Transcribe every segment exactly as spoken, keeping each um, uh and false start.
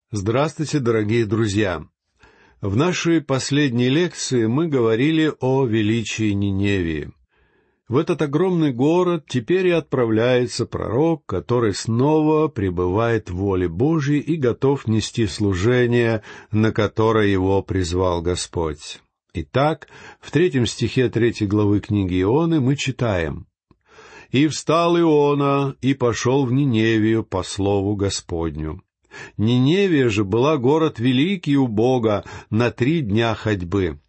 Здравствуйте, дорогие друзья! В нашей последней лекции мы говорили о величии Ниневии. В этот огромный город теперь и отправляется пророк, который снова пребывает в воле Божьей и готов нести служение, на которое его призвал Господь. Итак, в третьем стихе третьей главы книги Ионы мы читаем: «И встал Иона, и пошел в Ниневию по слову Господню. Ниневия же была город великий у Бога на три дня ходьбы».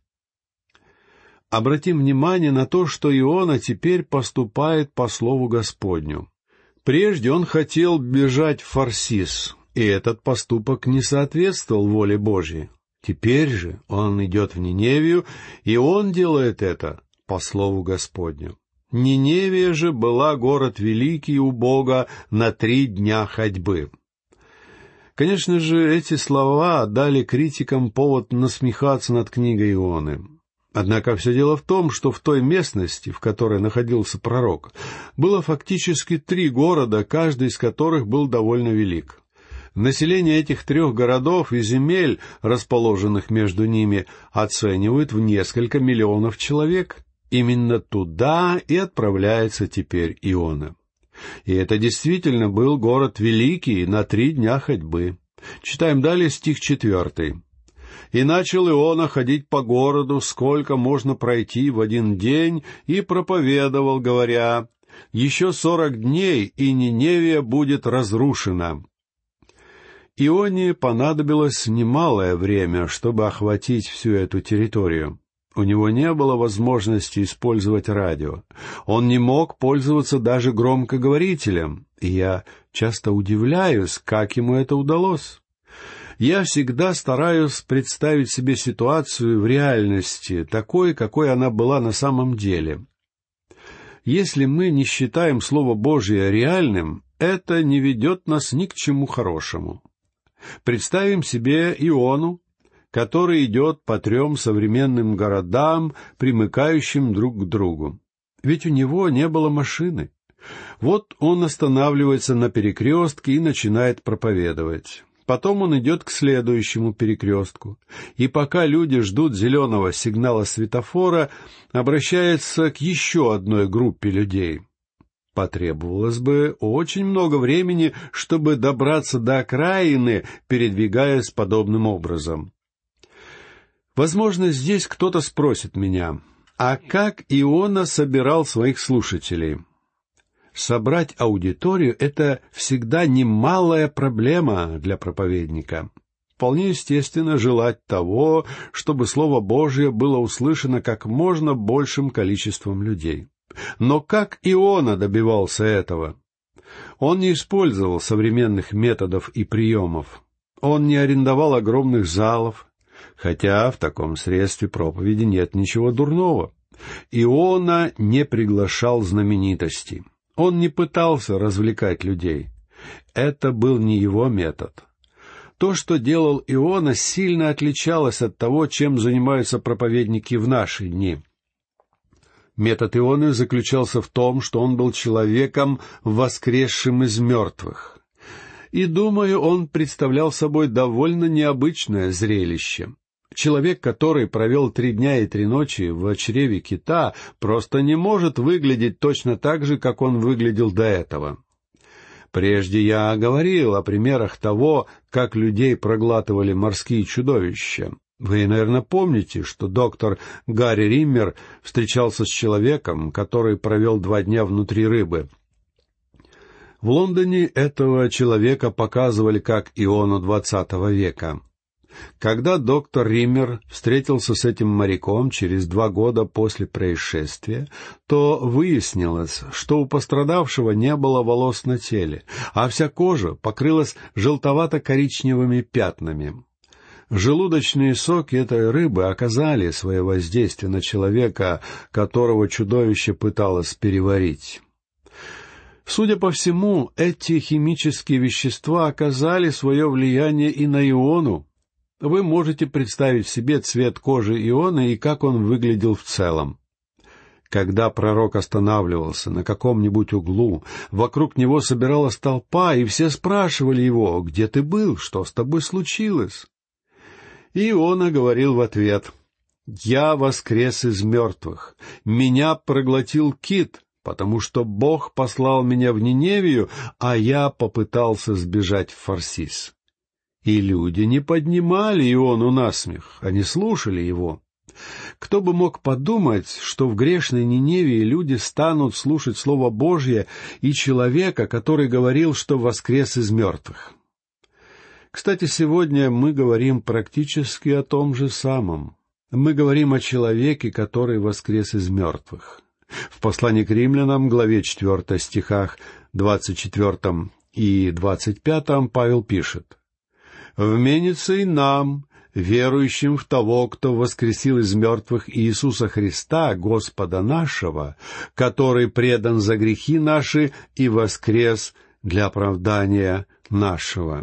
Обратим внимание на то, что Иона теперь поступает по слову Господню. Прежде он хотел бежать в Фарсис, и этот поступок не соответствовал воле Божьей. Теперь же он идет в Ниневию, и он делает это по слову Господню. Ниневия же была город великий у Бога на три дня ходьбы. Конечно же, эти слова дали критикам повод насмехаться над книгой Ионы. Однако все дело в том, что в той местности, в которой находился пророк, было фактически три города, каждый из которых был довольно велик. Население этих трех городов и земель, расположенных между ними, оценивают в несколько миллионов человек. Именно туда и отправляется теперь Иона. И это действительно был город великий на три дня ходьбы. Читаем далее стих четвертый. «И начал Иона ходить по городу, сколько можно пройти в один день, и проповедовал, говоря: еще сорок дней, и Ниневия будет разрушена». Ионе понадобилось немалое время, чтобы охватить всю эту территорию. У него не было возможности использовать радио. Он не мог пользоваться даже громкоговорителем, и я часто удивляюсь, как ему это удалось. Я всегда стараюсь представить себе ситуацию в реальности, такой, какой она была на самом деле. Если мы не считаем Слово Божие реальным, это не ведет нас ни к чему хорошему. Представим себе Иону, который идет по трем современным городам, примыкающим друг к другу. Ведь у него не было машины. Вот он останавливается на перекрестке и начинает проповедовать. Потом он идет к следующему перекрестку, и пока люди ждут зеленого сигнала светофора, обращается к еще одной группе людей. Потребовалось бы очень много времени, чтобы добраться до окраины, передвигаясь подобным образом. Возможно, здесь кто-то спросит меня: а как Иона собирал своих слушателей? Собрать аудиторию — это всегда немалая проблема для проповедника. Вполне естественно желать того, чтобы Слово Божие было услышано как можно большим количеством людей. Но как Иона добивался этого? Он не использовал современных методов и приемов. Он не арендовал огромных залов, хотя в таком средстве проповеди нет ничего дурного. Иона не приглашал знаменитостей. Он не пытался развлекать людей. Это был не его метод. То, что делал Иона, сильно отличалось от того, чем занимаются проповедники в наши дни. Метод Ионы заключался в том, что он был человеком, воскресшим из мертвых. И, думаю, он представлял собой довольно необычное зрелище. Человек, который провел три дня и три ночи в чреве кита, просто не может выглядеть точно так же, как он выглядел до этого. Прежде я говорил о примерах того, как людей проглатывали морские чудовища. Вы, наверное, помните, что доктор Гарри Риммер встречался с человеком, который провел два дня внутри рыбы. В Лондоне этого человека показывали как Иону двадцатого века. Когда доктор Риммер встретился с этим моряком через два года после происшествия, то выяснилось, что у пострадавшего не было волос на теле, а вся кожа покрылась желтовато-коричневыми пятнами. Желудочные соки этой рыбы оказали свое воздействие на человека, которого чудовище пыталось переварить. Судя по всему, эти химические вещества оказали свое влияние и на Иону. Вы можете представить себе цвет кожи Ионы и как он выглядел в целом. Когда пророк останавливался на каком-нибудь углу, вокруг него собиралась толпа, и все спрашивали его: «Где ты был? Что с тобой случилось?» И Иона говорил в ответ: «Я воскрес из мертвых, меня проглотил кит, потому что Бог послал меня в Ниневию, а я попытался сбежать в Фарсис». И люди не поднимали Иону на смех, они слушали его. Кто бы мог подумать, что в грешной Ниневии люди станут слушать Слово Божье и человека, который говорил, что воскрес из мертвых. Кстати, сегодня мы говорим практически о том же самом. Мы говорим о человеке, который воскрес из мертвых. В послании к Римлянам, главе четвёртой, стихах двадцать четвёртом и двадцать пятом Павел пишет: «Вменится и нам, верующим в того, кто воскресил из мертвых Иисуса Христа, Господа нашего, который предан за грехи наши и воскрес для оправдания нашего».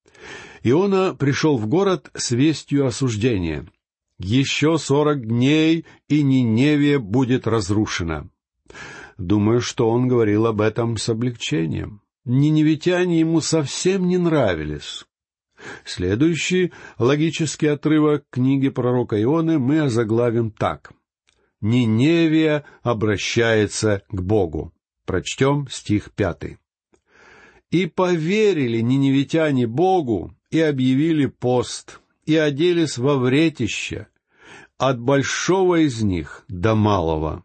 Иона пришел в город с вестью осуждения. «Еще сорок дней, и Ниневия будет разрушена». Думаю, что он говорил об этом с облегчением. Ниневитяне ему совсем не нравились. Следующий логический отрывок книги пророка Ионы мы озаглавим так: «Ниневия обращается к Богу». Прочтем стих пятый. «И поверили ниневитяне Богу, и объявили пост, и оделись во вретище, от большого из них до малого».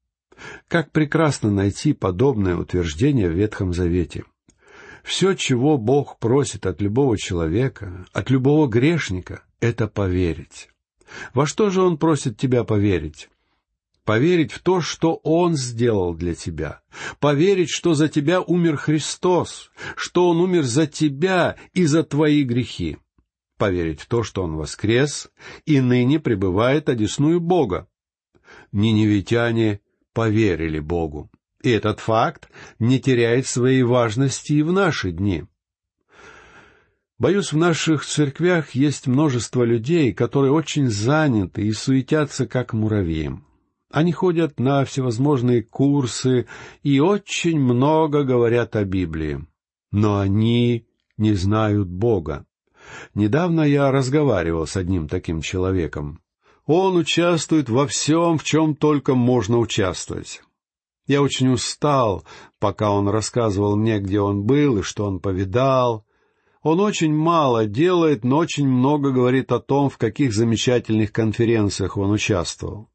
Как прекрасно найти подобное утверждение в Ветхом Завете. Все, чего Бог просит от любого человека, от любого грешника, — это поверить. Во что же Он просит тебя поверить? Поверить в то, что Он сделал для тебя. Поверить, что за тебя умер Христос, что Он умер за тебя и за твои грехи. Поверить в то, что Он воскрес и ныне пребывает одесную Бога. Ниневитяне поверили Богу. И этот факт не теряет своей важности и в наши дни. Боюсь, в наших церквях есть множество людей, которые очень заняты и суетятся, как муравьи. Они ходят на всевозможные курсы и очень много говорят о Библии. Но они не знают Бога. Недавно я разговаривал с одним таким человеком. Он участвует во всем, в чем только можно участвовать. Я очень устал, пока он рассказывал мне, где он был и что он повидал. Он очень мало делает, но очень много говорит о том, в каких замечательных конференциях он участвовал.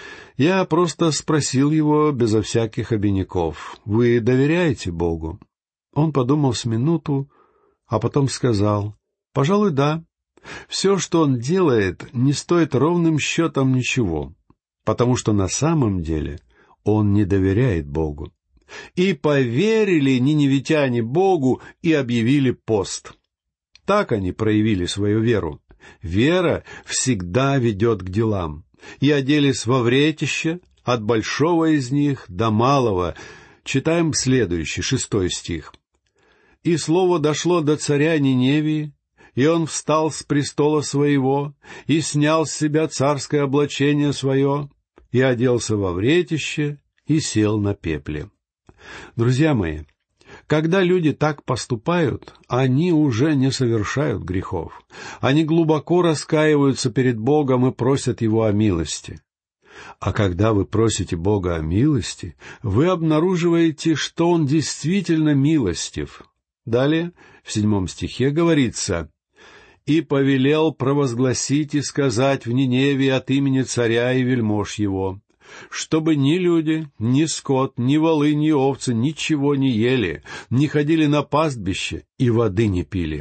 Я просто спросил его безо всяких обиняков: «Вы доверяете Богу?» Он подумал с минуту, а потом сказал: «Пожалуй, да. Все, что он делает, не стоит ровным счетом ничего, потому что на самом деле он не доверяет Богу». И поверили ниневитяне Богу и объявили пост. Так они проявили свою веру. Вера всегда ведет к делам. И оделись во вретище, от большого из них до малого. Читаем следующий, шестой стих. «И слово дошло до царя Ниневии, и он встал с престола своего, и снял с себя царское облачение свое, и оделся во вретище, и сел на пепле». Друзья мои, когда люди так поступают, они уже не совершают грехов. Они глубоко раскаиваются перед Богом и просят Его о милости. А когда вы просите Бога о милости, вы обнаруживаете, что Он действительно милостив. Далее, в седьмом стихе говорится: «И повелел провозгласить и сказать в Ниневии от имени царя и вельмож его, чтобы ни люди, ни скот, ни волы, ни овцы ничего не ели, не ходили на пастбище и воды не пили».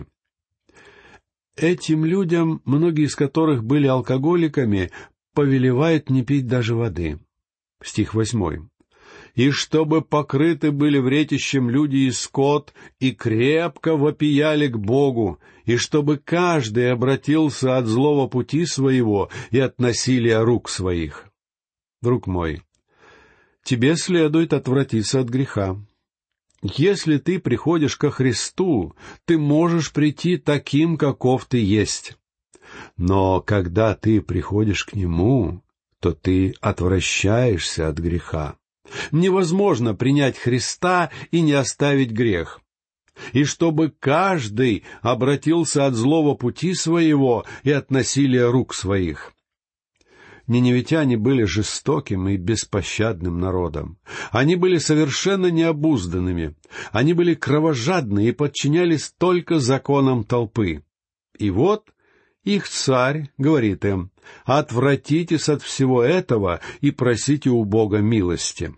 Этим людям, многие из которых были алкоголиками, повелевает не пить даже воды. Стих восьмой. «И чтобы покрыты были вретищем люди и скот, и крепко вопияли к Богу, и чтобы каждый обратился от злого пути своего и от насилия рук своих». Друг мой, тебе следует отвратиться от греха. Если ты приходишь ко Христу, ты можешь прийти таким, каков ты есть. Но когда ты приходишь к Нему, то ты отвращаешься от греха. Невозможно принять Христа и не оставить грех. И чтобы каждый обратился от злого пути своего и от насилия рук своих. Ниневитяне были жестоким и беспощадным народом. Они были совершенно необузданными. Они были кровожадны и подчинялись только законам толпы. И вот их царь говорит им: «Отвратитесь от всего этого и просите у Бога милости».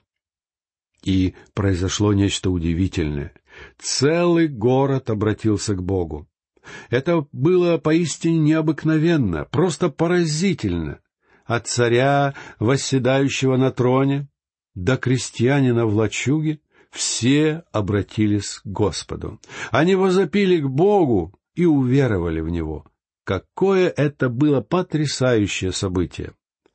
И произошло нечто удивительное. Целый город обратился к Богу. Это было поистине необыкновенно, просто поразительно. От царя, восседающего на троне, до крестьянина в лачуге, все обратились к Господу. Они возопили к Богу и уверовали в Него. Какое это было потрясающее событие!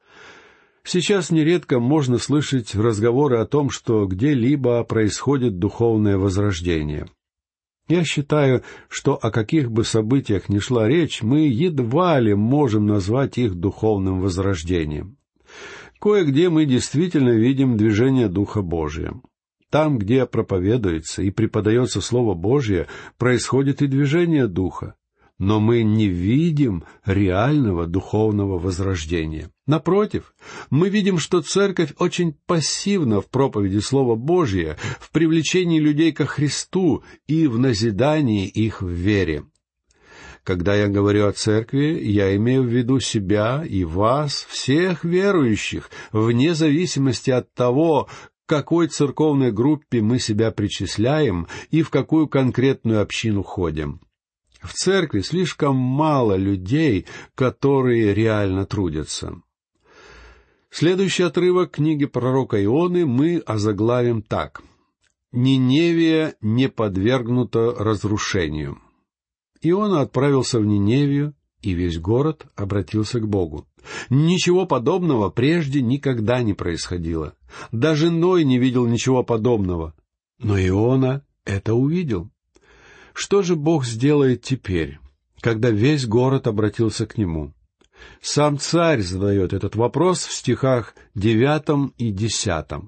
Сейчас нередко можно слышать разговоры о том, что где-либо происходит духовное возрождение. Я считаю, что о каких бы событиях ни шла речь, мы едва ли можем назвать их духовным возрождением. Кое-где мы действительно видим движение Духа Божия. Там, где проповедуется и преподается Слово Божье, происходит и движение Духа. Но мы не видим реального духовного возрождения. Напротив, мы видим, что Церковь очень пассивна в проповеди Слова Божия, в привлечении людей ко Христу и в назидании их в вере. Когда я говорю о Церкви, я имею в виду себя и вас, всех верующих, вне зависимости от того, к какой церковной группе мы себя причисляем и в какую конкретную общину ходим. В церкви слишком мало людей, которые реально трудятся. Следующий отрывок книги пророка Ионы мы озаглавим так: «Ниневия не подвергнута разрушению». Иона отправился в Ниневию, и весь город обратился к Богу. Ничего подобного прежде никогда не происходило. Даже Ной не видел ничего подобного. Но Иона это увидел. Что же Бог сделает теперь, когда весь город обратился к Нему? Сам царь задает этот вопрос в стихах девятом и десятом.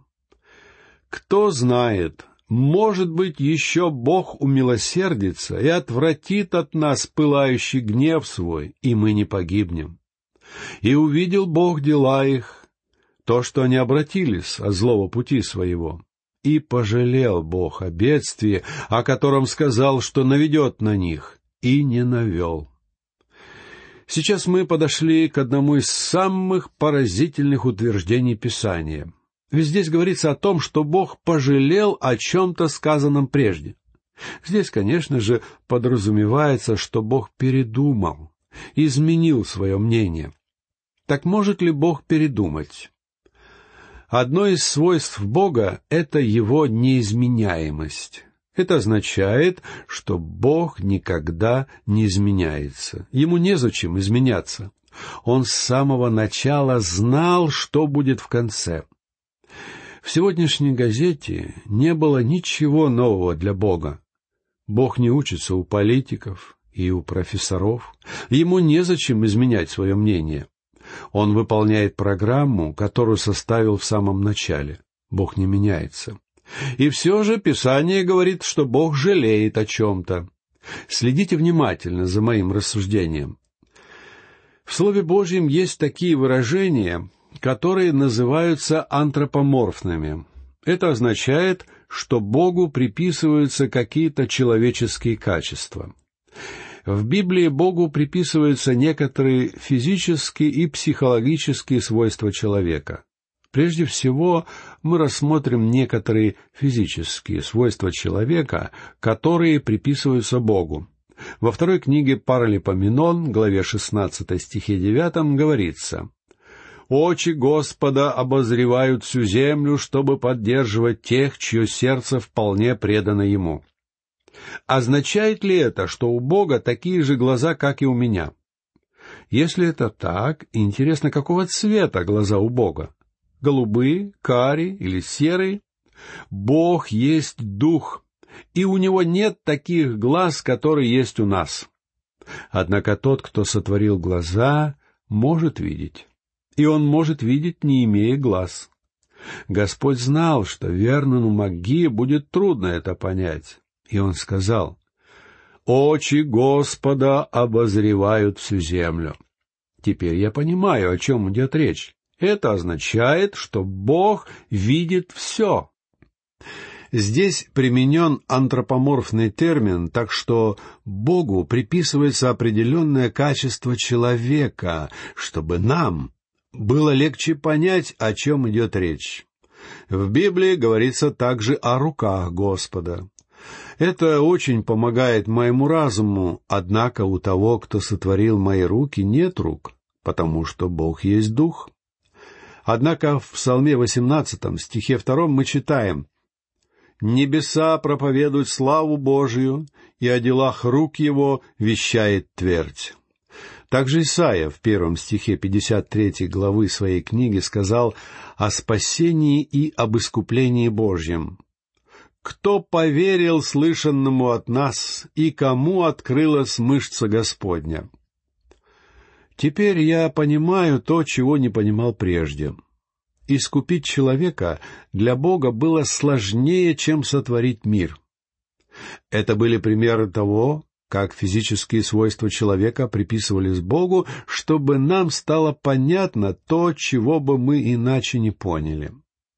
«Кто знает, может быть, еще Бог умилосердится и отвратит от нас пылающий гнев свой, и мы не погибнем. И увидел Бог дела их, то, что они обратились от злого пути своего. И пожалел Бог о бедствии, о котором сказал, что наведет на них, и не навел». Сейчас мы подошли к одному из самых поразительных утверждений Писания. Ведь здесь говорится о том, что Бог пожалел о чем-то сказанном прежде. Здесь, конечно же, подразумевается, что Бог передумал, изменил свое мнение. Так может ли Бог передумать? Одно из свойств Бога — это Его неизменяемость. Это означает, что Бог никогда не изменяется. Ему незачем изменяться. Он с самого начала знал, что будет в конце. В сегодняшней газете не было ничего нового для Бога. Бог не учится у политиков и у профессоров. Ему незачем изменять свое мнение. Он выполняет программу, которую составил в самом начале. Бог не меняется. И все же Писание говорит, что Бог жалеет о чем-то. Следите внимательно за моим рассуждением. В Слове Божьем есть такие выражения, которые называются антропоморфными. Это означает, что Богу приписываются какие-то человеческие качества. В Библии Богу приписываются некоторые физические и психологические свойства человека. Прежде всего, мы рассмотрим некоторые физические свойства человека, которые приписываются Богу. Во второй книге Паралипоменон, главе шестнадцатой, стихе девятом, говорится: «Очи Господа обозревают всю землю, чтобы поддерживать тех, чье сердце вполне предано Ему». Означает ли это, что у Бога такие же глаза, как и у меня? Если это так, интересно, какого цвета глаза у Бога? Голубые, карие или серые? Бог есть Дух, и у Него нет таких глаз, которые есть у нас. Однако тот, кто сотворил глаза, может видеть. и он может видеть, не имея глаз. Господь знал, что Вернону Макги будет трудно это понять, и он сказал: «Очи Господа обозревают всю землю». Теперь я понимаю, о чем идет речь. Это означает, что Бог видит все. Здесь применен антропоморфный термин, так что Богу приписывается определенное качество человека, чтобы нам было легче понять, о чем идет речь. В Библии говорится также о руках Господа. Это очень помогает моему разуму, однако у того, кто сотворил мои руки, нет рук, потому что Бог есть Дух. Однако в Псалме восемнадцатом, стихе втором, мы читаем: «Небеса проповедуют славу Божию, и о делах рук Его вещает твердь». Также Исайя в первом стихе пятьдесят третьей главы своей книги сказал о спасении и об искуплении Божьем. «Кто поверил слышанному от нас, и кому открылась мышца Господня?» Теперь я понимаю то, чего не понимал прежде. Искупить человека для Бога было сложнее, чем сотворить мир. Это были примеры того, как физические свойства человека приписывались Богу, чтобы нам стало понятно то, чего бы мы иначе не поняли.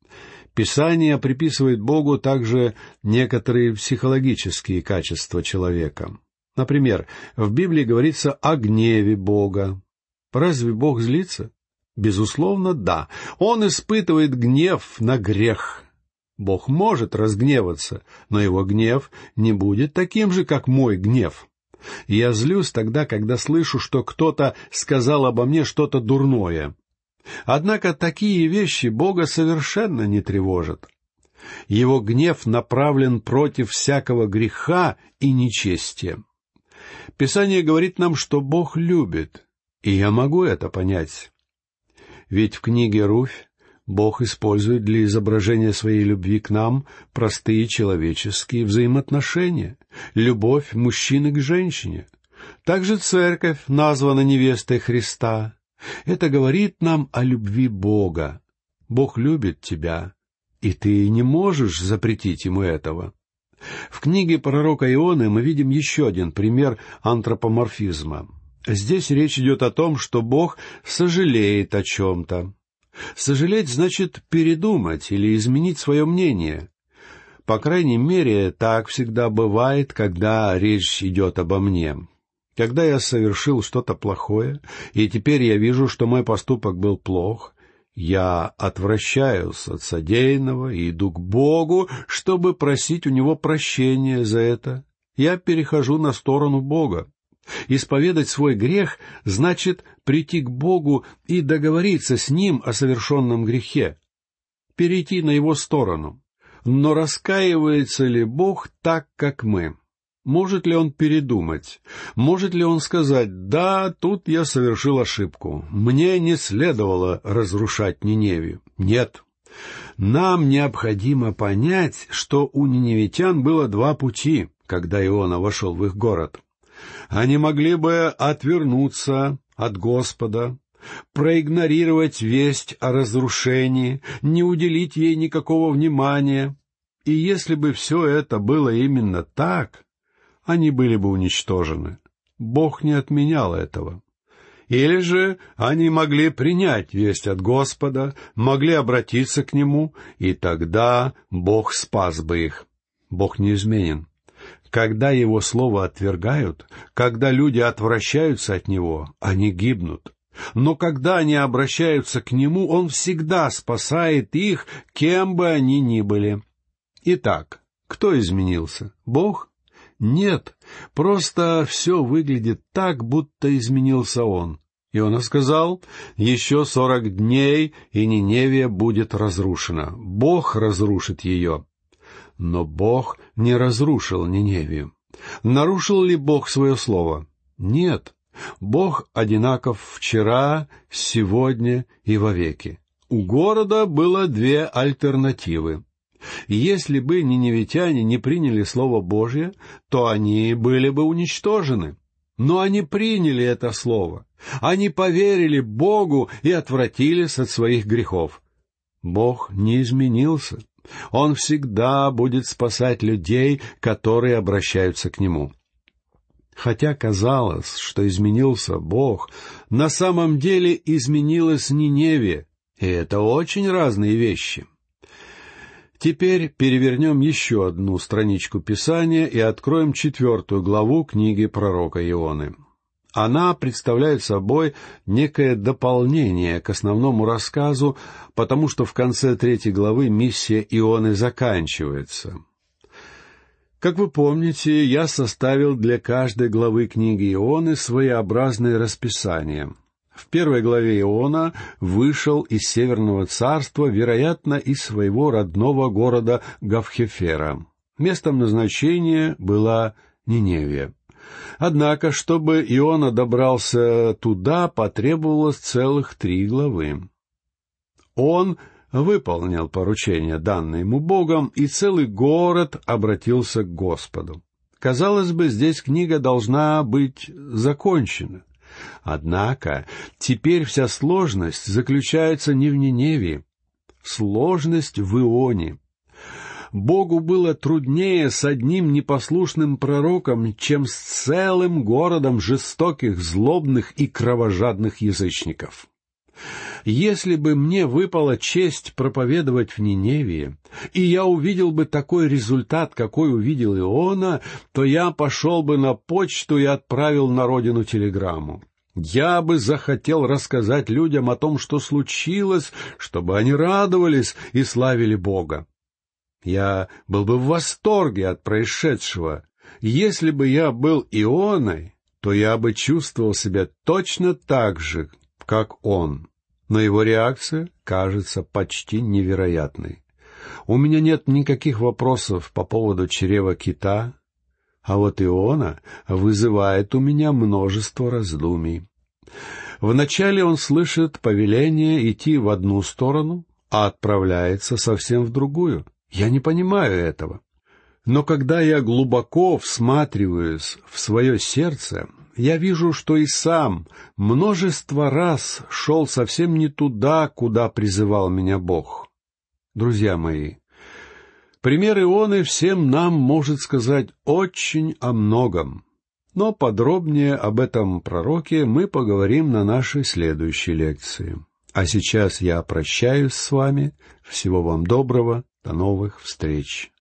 Писание приписывает Богу также некоторые психологические качества человека. Например, в Библии говорится о гневе Бога. Разве Бог злится? Безусловно, да. Он испытывает гнев на грех. Бог может разгневаться, но его гнев не будет таким же, как мой гнев. Я злюсь тогда, когда слышу, что кто-то сказал обо мне что-то дурное. Однако такие вещи Бога совершенно не тревожат. Его гнев направлен против всякого греха и нечестия. Писание говорит нам, что Бог любит, и я могу это понять. Ведь в книге «Руфь» Бог использует для изображения своей любви к нам простые человеческие взаимоотношения, любовь мужчины к женщине. Также церковь названа невестой Христа. Это говорит нам о любви Бога. Бог любит тебя, и ты не можешь запретить Ему этого. В книге пророка Ионы мы видим еще один пример антропоморфизма. Здесь речь идет о том, что Бог сожалеет о чем-то. Сожалеть значит передумать или изменить свое мнение. По крайней мере, так всегда бывает, когда речь идет обо мне. Когда я совершил что-то плохое, и теперь я вижу, что мой поступок был плох, я отвращаюсь от содеянного и иду к Богу, чтобы просить у Него прощения за это. Я перехожу на сторону Бога. Исповедать свой грех значит прийти к Богу и договориться с Ним о совершенном грехе, перейти на Его сторону. Но раскаивается ли Бог так, как мы? Может ли Он передумать? Может ли Он сказать: «Да, тут я совершил ошибку, мне не следовало разрушать Ниневию»? Нет. Нам необходимо понять, что у ниневитян было два пути, когда Иона вошел в их город. Они могли бы отвернуться от Господа, проигнорировать весть о разрушении, не уделить ей никакого внимания. И если бы все это было именно так, они были бы уничтожены. Бог не отменял этого. Или же они могли принять весть от Господа, могли обратиться к Нему, и тогда Бог спас бы их. Бог неизменен. Когда Его Слово отвергают, когда люди отвращаются от Него, они гибнут. Но когда они обращаются к Нему, Он всегда спасает их, кем бы они ни были. Итак, кто изменился? Бог? Нет, просто все выглядит так, будто изменился Он. Иона сказал: «Еще сорок дней, и Ниневия будет разрушена. Бог разрушит ее». Но Бог не разрушил Ниневию. Нарушил ли Бог свое слово? Нет. Бог одинаков вчера, сегодня и вовеки. У города было две альтернативы. Если бы ниневитяне не приняли Слово Божье, то они были бы уничтожены. Но они приняли это слово. Они поверили Богу и отвратились от своих грехов. Бог не изменился. Он всегда будет спасать людей, которые обращаются к Нему. Хотя казалось, что изменился Бог, на самом деле изменилась Ниневия, и это очень разные вещи. Теперь перевернем еще одну страничку Писания и откроем четвертую главу книги пророка Ионы. Она представляет собой некое дополнение к основному рассказу, потому что в конце третьей главы миссия Ионы заканчивается. Как вы помните, я составил для каждой главы книги Ионы своеобразное расписание. В первой главе Иона вышел из Северного царства, вероятно, из своего родного города Гавхефера. Местом назначения была Ниневия. Однако, чтобы Иона добрался туда, потребовалось целых три главы. Он выполнил поручение, данное ему Богом, и целый город обратился к Господу. Казалось бы, здесь книга должна быть закончена. Однако теперь вся сложность заключается не в Ниневии. Сложность в Ионе. Богу было труднее с одним непослушным пророком, чем с целым городом жестоких, злобных и кровожадных язычников. Если бы мне выпала честь проповедовать в Ниневии, и я увидел бы такой результат, какой увидел Иона, то я пошел бы на почту и отправил на родину телеграмму. Я бы захотел рассказать людям о том, что случилось, чтобы они радовались и славили Бога. Я был бы в восторге от происшедшего. Если бы я был Ионой, то я бы чувствовал себя точно так же, как он. Но его реакция кажется почти невероятной. У меня нет никаких вопросов по поводу чрева кита, а вот Иона вызывает у меня множество раздумий. Вначале он слышит повеление идти в одну сторону, а отправляется совсем в другую. Я не понимаю этого. Но когда я глубоко всматриваюсь в свое сердце, я вижу, что и сам множество раз шел совсем не туда, куда призывал меня Бог. Друзья мои, пример Ионы всем нам может сказать очень о многом, но подробнее об этом пророке мы поговорим на нашей следующей лекции. А сейчас я прощаюсь с вами. Всего вам доброго. До новых встреч.